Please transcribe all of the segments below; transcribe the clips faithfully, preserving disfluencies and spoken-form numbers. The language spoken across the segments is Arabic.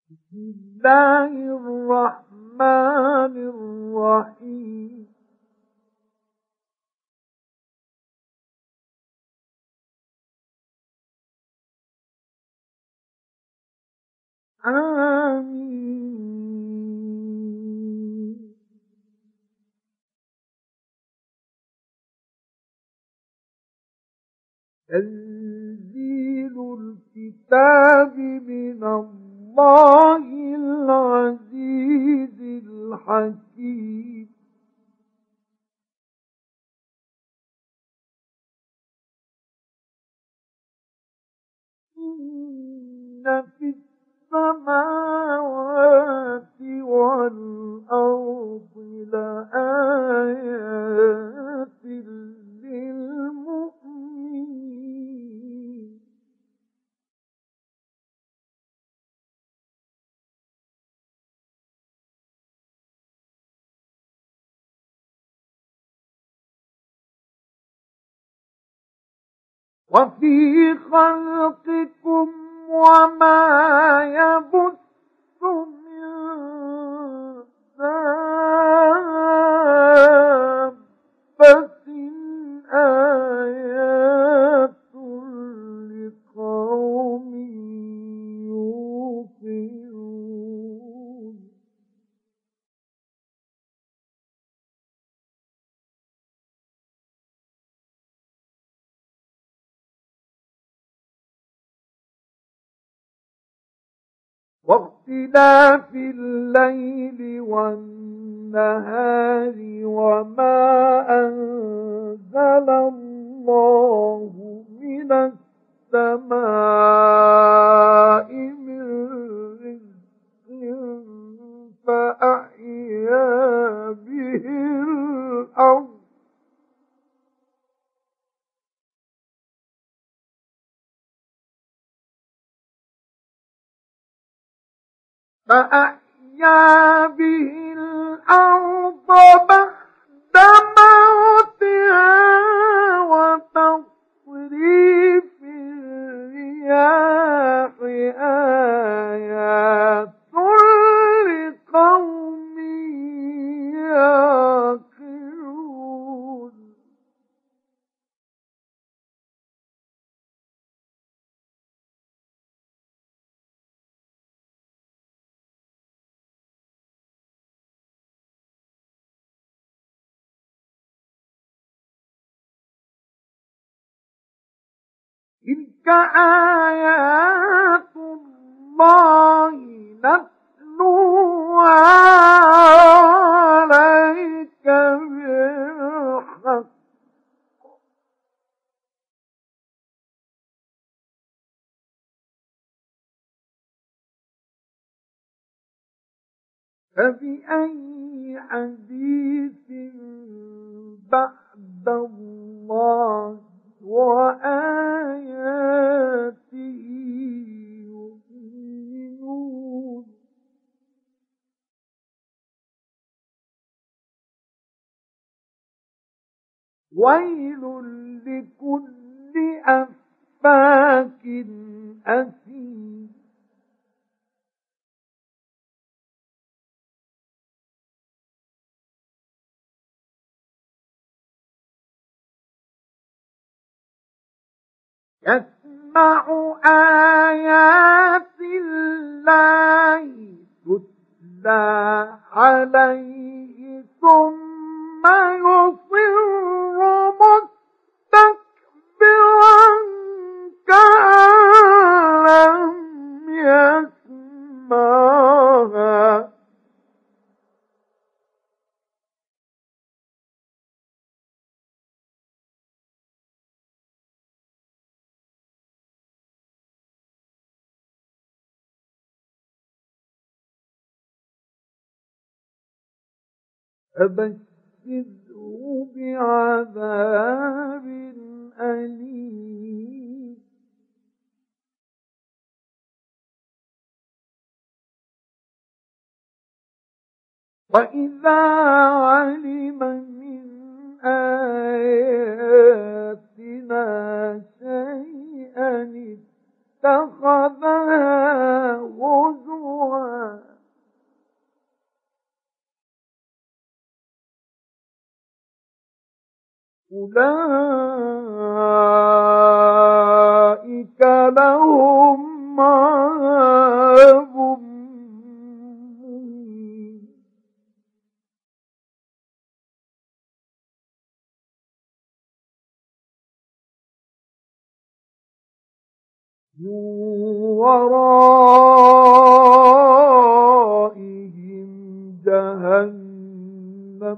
بسم الله الرحمن الرحيم آمين. تنزيل الكتاب من الله العزيز الحكيم. إن في السماوات والأرض لآيات للمؤمنين. وفي خلقكم وما يبث من دابة آيات لقوم يوقنون. واختلاف الليل والنهار وما أنزل الله من السماء من رزق فأحيا به الأرض فأحيا به الأرض بعد موتها وتصريف الرياح آيات لقوم يعقلون. تلك آيات الله نتلوها عليك بالحق. فبأي حديث بعد الله وآياته يؤمنون. ويل لكل أفاك أثيم. يسمع آيات الله تتلى عليه ثم يصر مستكبرا كأن لم يسمعها. فبشره بعذاب أليم. وإذا علم من آياتنا شيئا اتخذها هزوا أولئك لهم عذاب مهين من ورائهم جهنم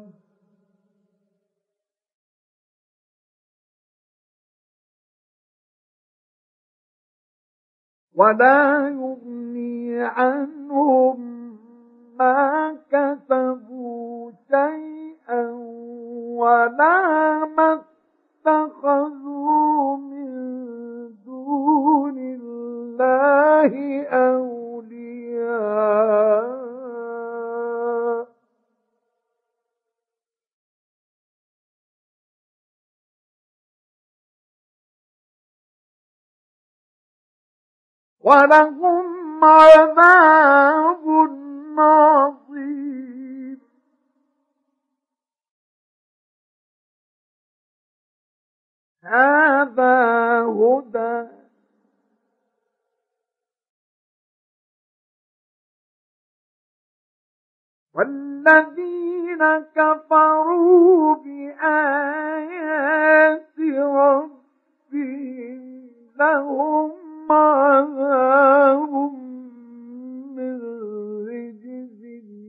ولا يغني عنهم ما كسبوا شيئا ولا ما اتخذوا من دون الله أولياء ولهم عذاب عظيم هذا هدى والذين كفروا بآيات ربهم لهم عذاب من رجز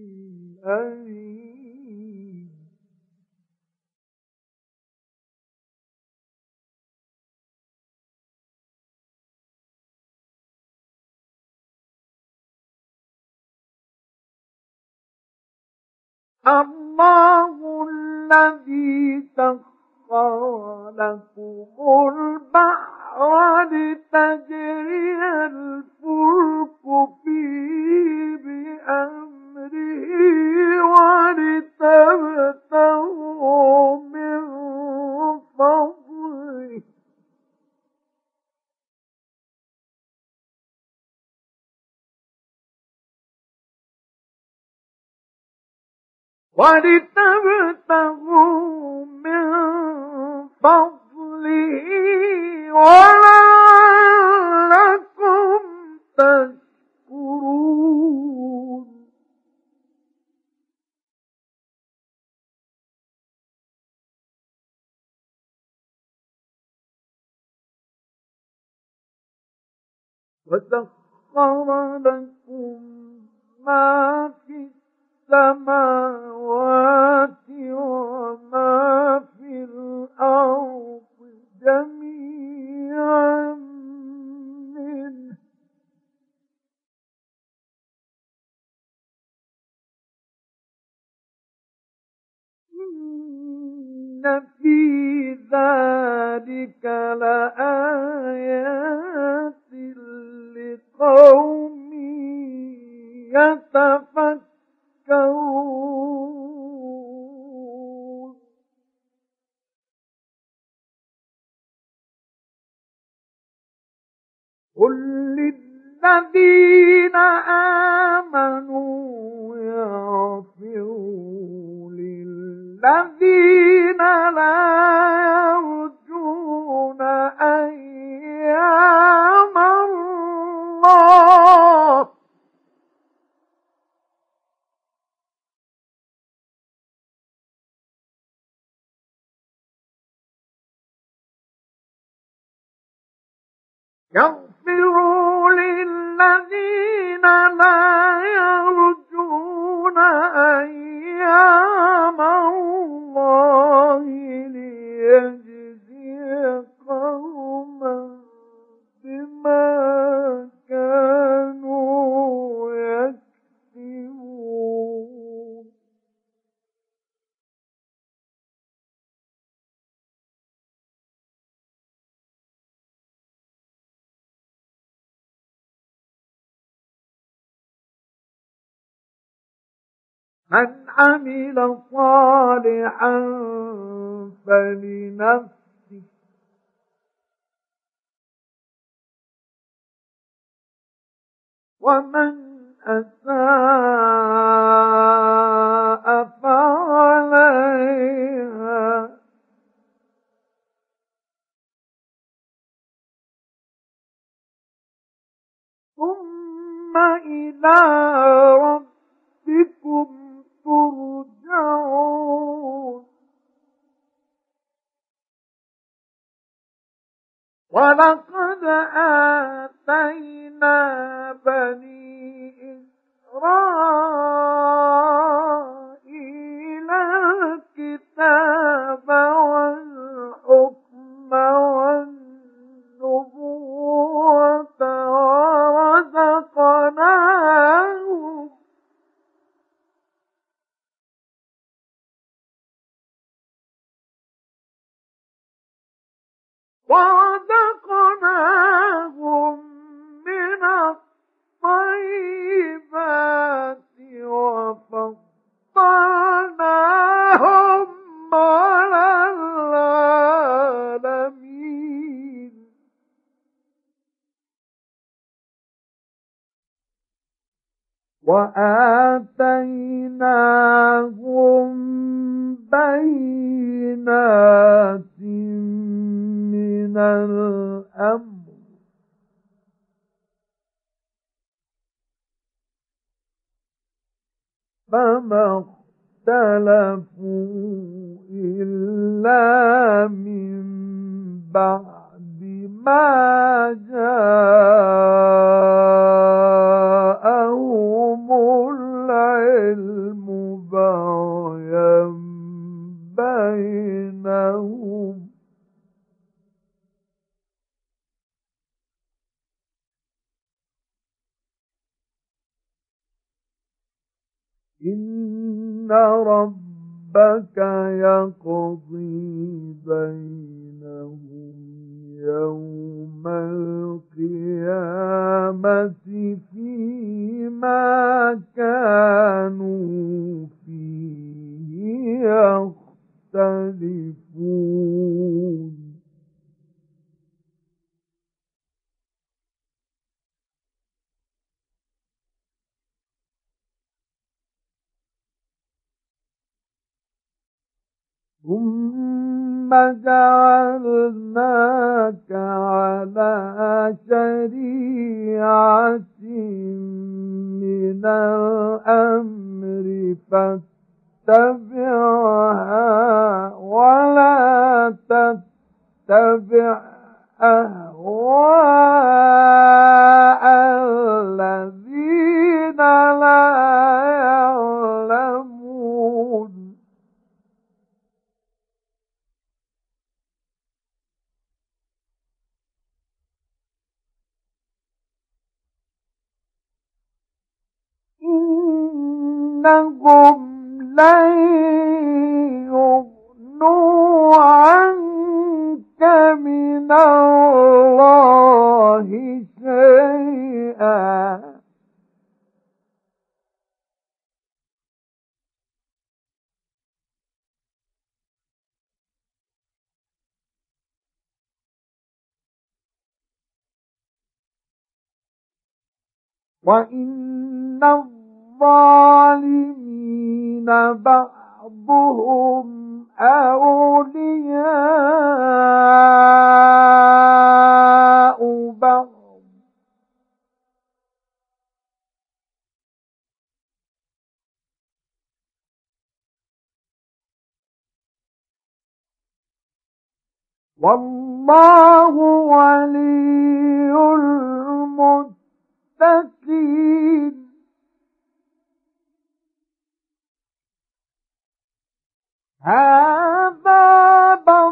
أليم الله الذي سخر لكم البحر لتجري الفلك فيه بأمره ولتبتغوا من فضله ولتبتغوا من فضله ولعلكم تشكرون وسخر لكم ما في السماوات وما في الأرض جميعا منه إن في ذلك لآيات لقوم يتفكرون قل للذين آمنوا يغفروا للذين لا يرجون أيام الله يغفروا للذين لا يرجون أيام الله ليجزي قوما بما كانوا يكسبون من عمل صالحا فلنفسه ومن أساء فعليها ثم إلى ربكم ترجعون ولقد آتينا بني إسرائيل الكتاب والحكم والنبوة ورزقناهم ورزقناهم من الطيبات وفضلناهم على العالمين وآتيناهم بينات من الأمر فما اختلفوا إلا من بعد ما جاءهم العلم بغيا بينهم إن ربك يقضي بينهم يوم القيامة فيما كانوا فيه يختلفون ثم جعلناك على شريعة من الأمر فاتبعها ولا تتبع أهواء الذين لا يعلمون إنهم لن يغنوا عنك من الله شيئا وإن الظالمين بعضهم أولياء بعض والله ولي المتقين هذا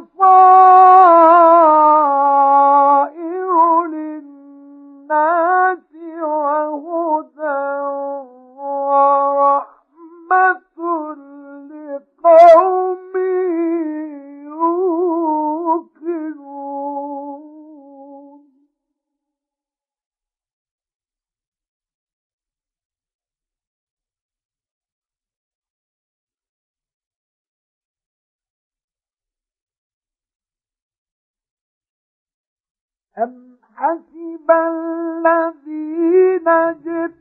بصائر للناس وهدى ورحمة لقوم يوقنون أم حسب الذين اجترحوا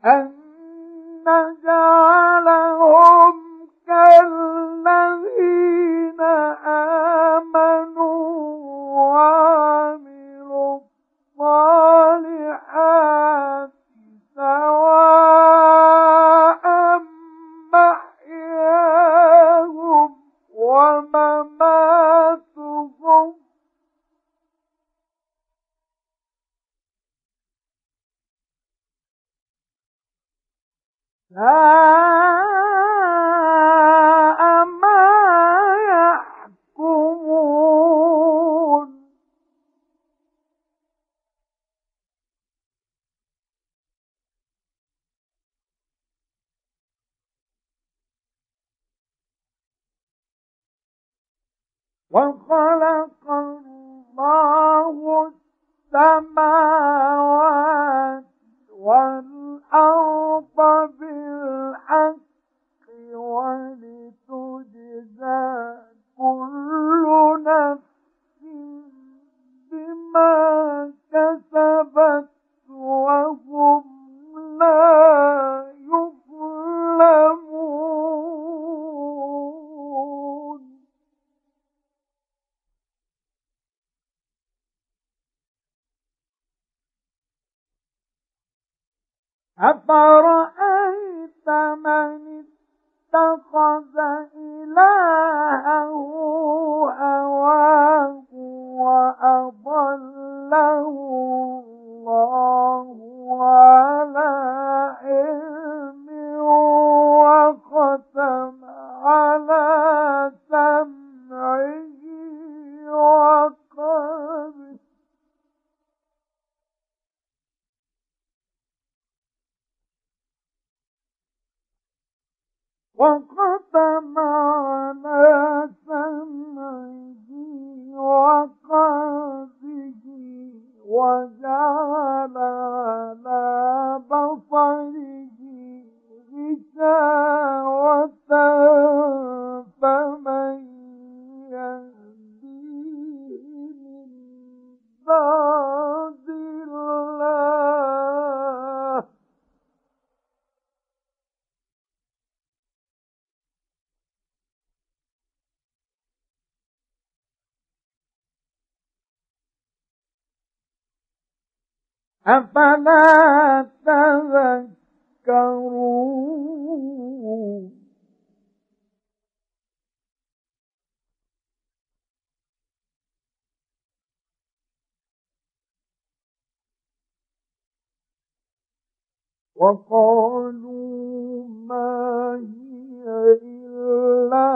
أن نجعلهم كالذين آمنوا وعملوا الصالحات سواء محياهم ومماتهم ساء ما يحكمون. وخلق الله السماوات والأرض بالحق ولتجزى كل نفس بما كسبت وهم لا يظلمون. أفرأيت من اتخذ إلهه هواه وأضله الله على علم وختم على سمعه وقلبه وختم على سمعه وقلبه وجعل على بصره غشاوة فمن يهديه من بعد الله أفلا تذكرون. وقالوا ما هي إلا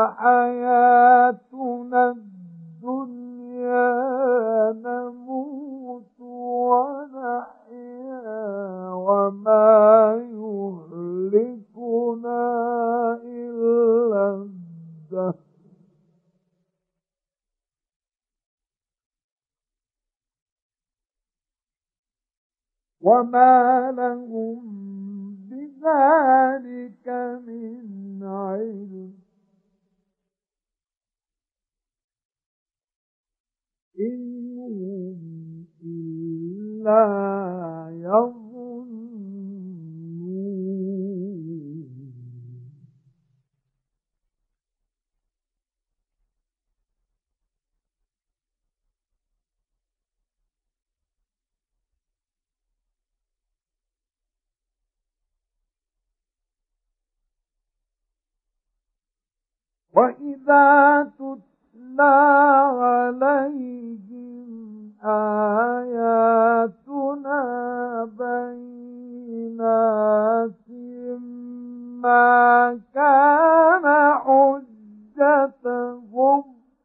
حياتنا الدنيا نموت ونحيا وما يهلكنا إلا الدهر وما لهم بذلك من علم إن هم إلا يظنون. وإذا تتلى عليهم آياتنا بينات ما كان حجتهم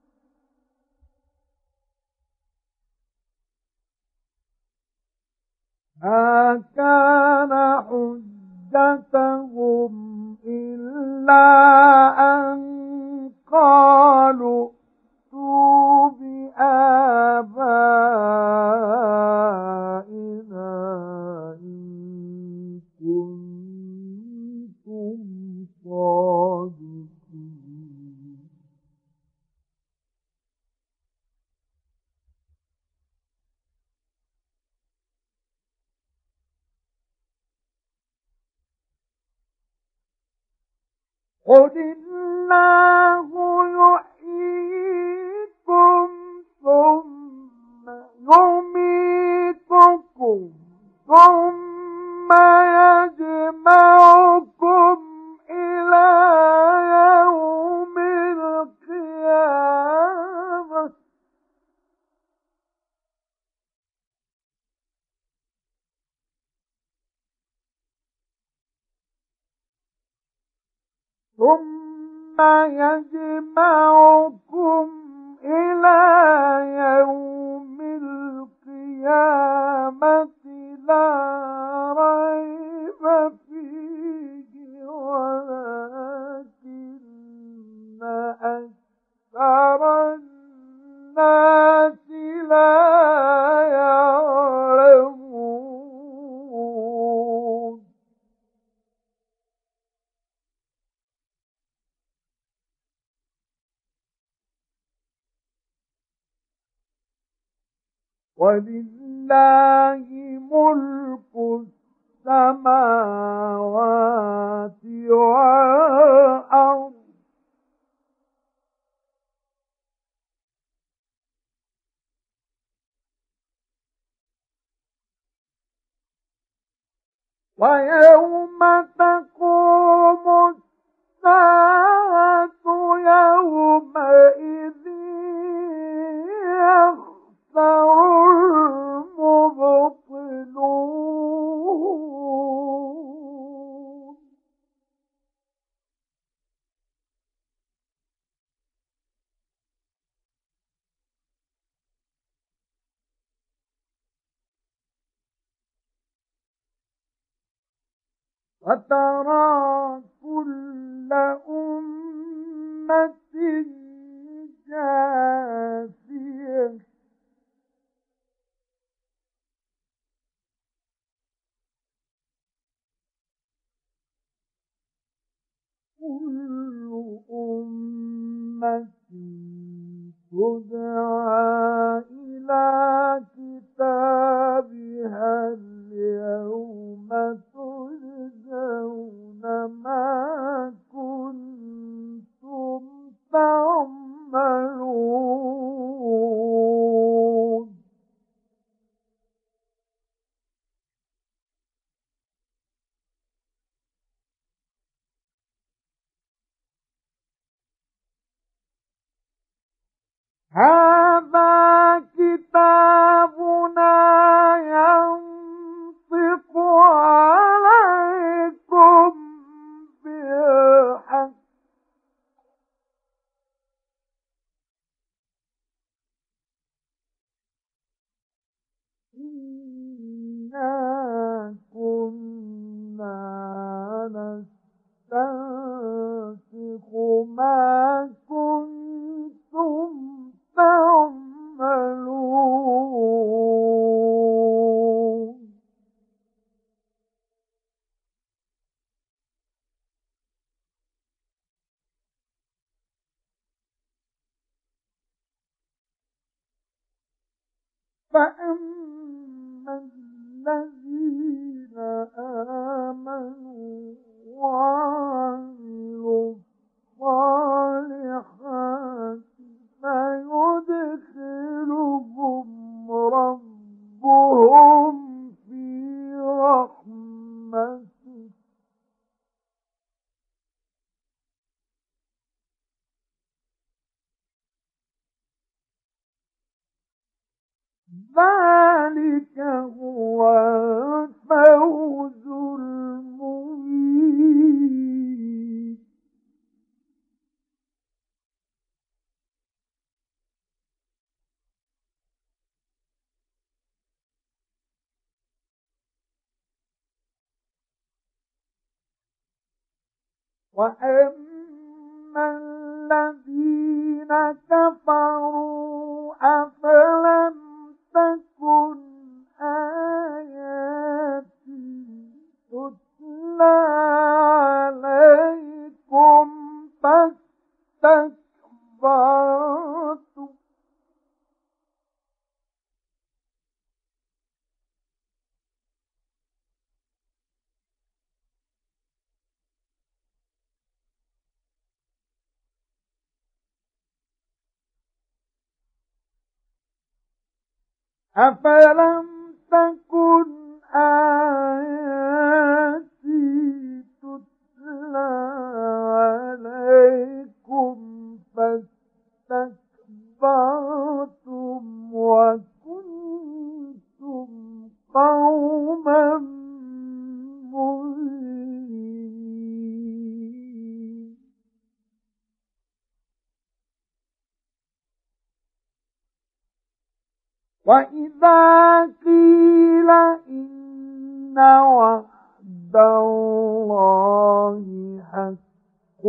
ما كان حجتهم إلا أن قالوا ائتوا بآبائنا إن كنتم صادقين. قل الله يحييكم ثم يميتكم ثم يجمعكم إلى يوم القيامة ثم يجمعكم إلى يوم القيامة لا ريب فيه ولكن أكثر الناس لا يعلمون ولله ملك السماوات والأرض ويوم تقوم الساعة يومئذ يخسر المبطلون وترى كل أمة جاثية كل أمة تدعى إلى كتابها اليوم تجزون ما كنتم تعملون هذا كتابنا ينطق عليكم بالحق إنا كنا نستنسخ ما كنتم تعملون فأما الذين آمنوا وعملوا الصالحات فيدخلهم ربهم في رحمته ذلك هو الفوز المبين وأما الذين كفروا أفلم تكن آياتي تتلى عليكم فاستكبرتم أفلم تكن آياتي تتلى عليكم فاستكبرتم وكنتم قوما مجرمين. وإذا قيل إن وعد الله حق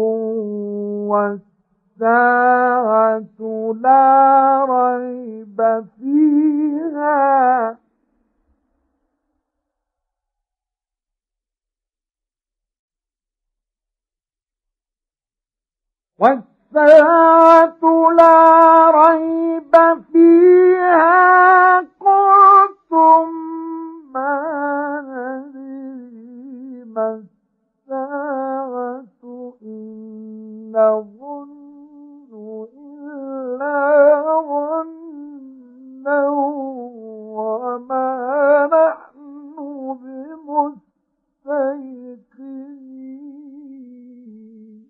والساعة لا ريب فيها والساعة لا ريب فيها قلتم ما ندري ما الساعة إن نظن إلا ظنا وما نحن بمستيقنين.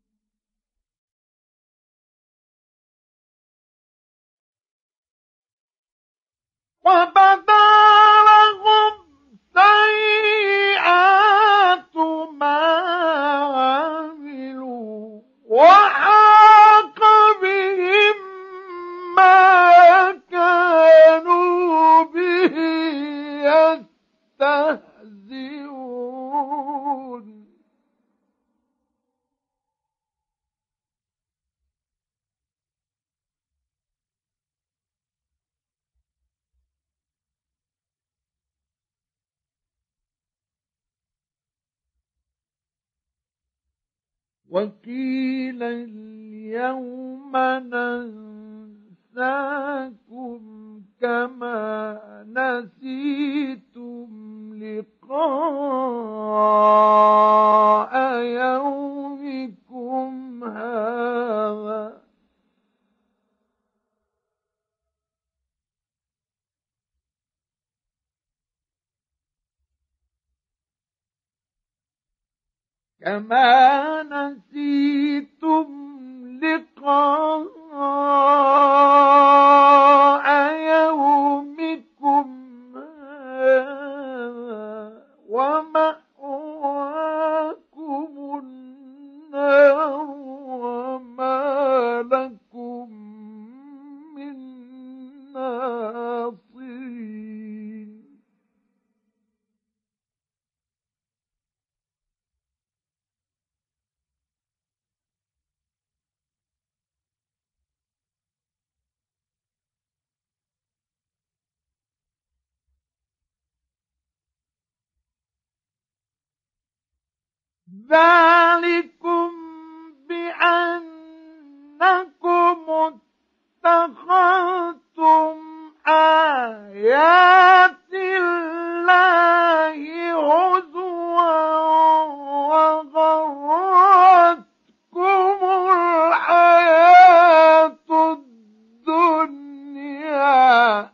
وبدا لهم سيئات ما عملوا وحاق بهم ما كانوا به يستهزئون. وقيل اليوم ننساكم كما نسيتم لقاء يومكم هذا كما نسيتم لقاء يومكم هذا ومأواكم النار وما لكم من ناصرين. ذلكم بأنكم اتخذتم آيات الله هزوا وغرتكم الحياة الدنيا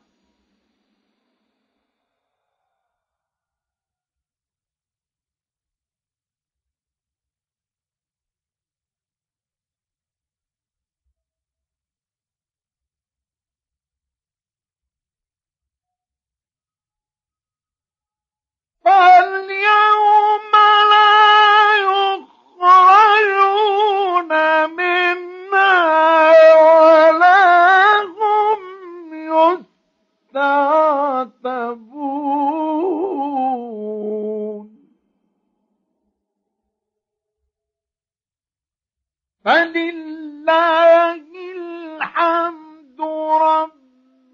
فاليوم لا يخرجون منها ولا هم يستعتبون. فلله الحمد رب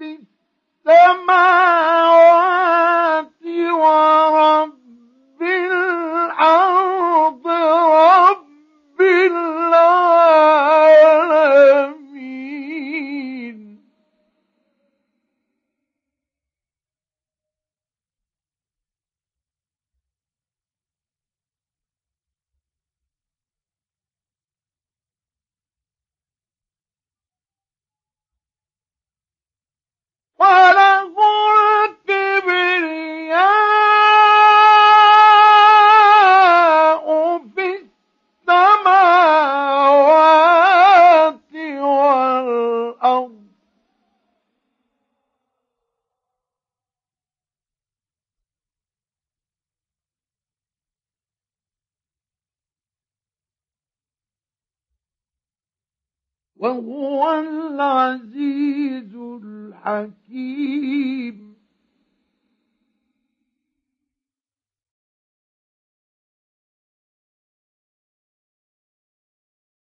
السماوات ورب الأرض رب العالمين. وله وهو العزيز الحكيم.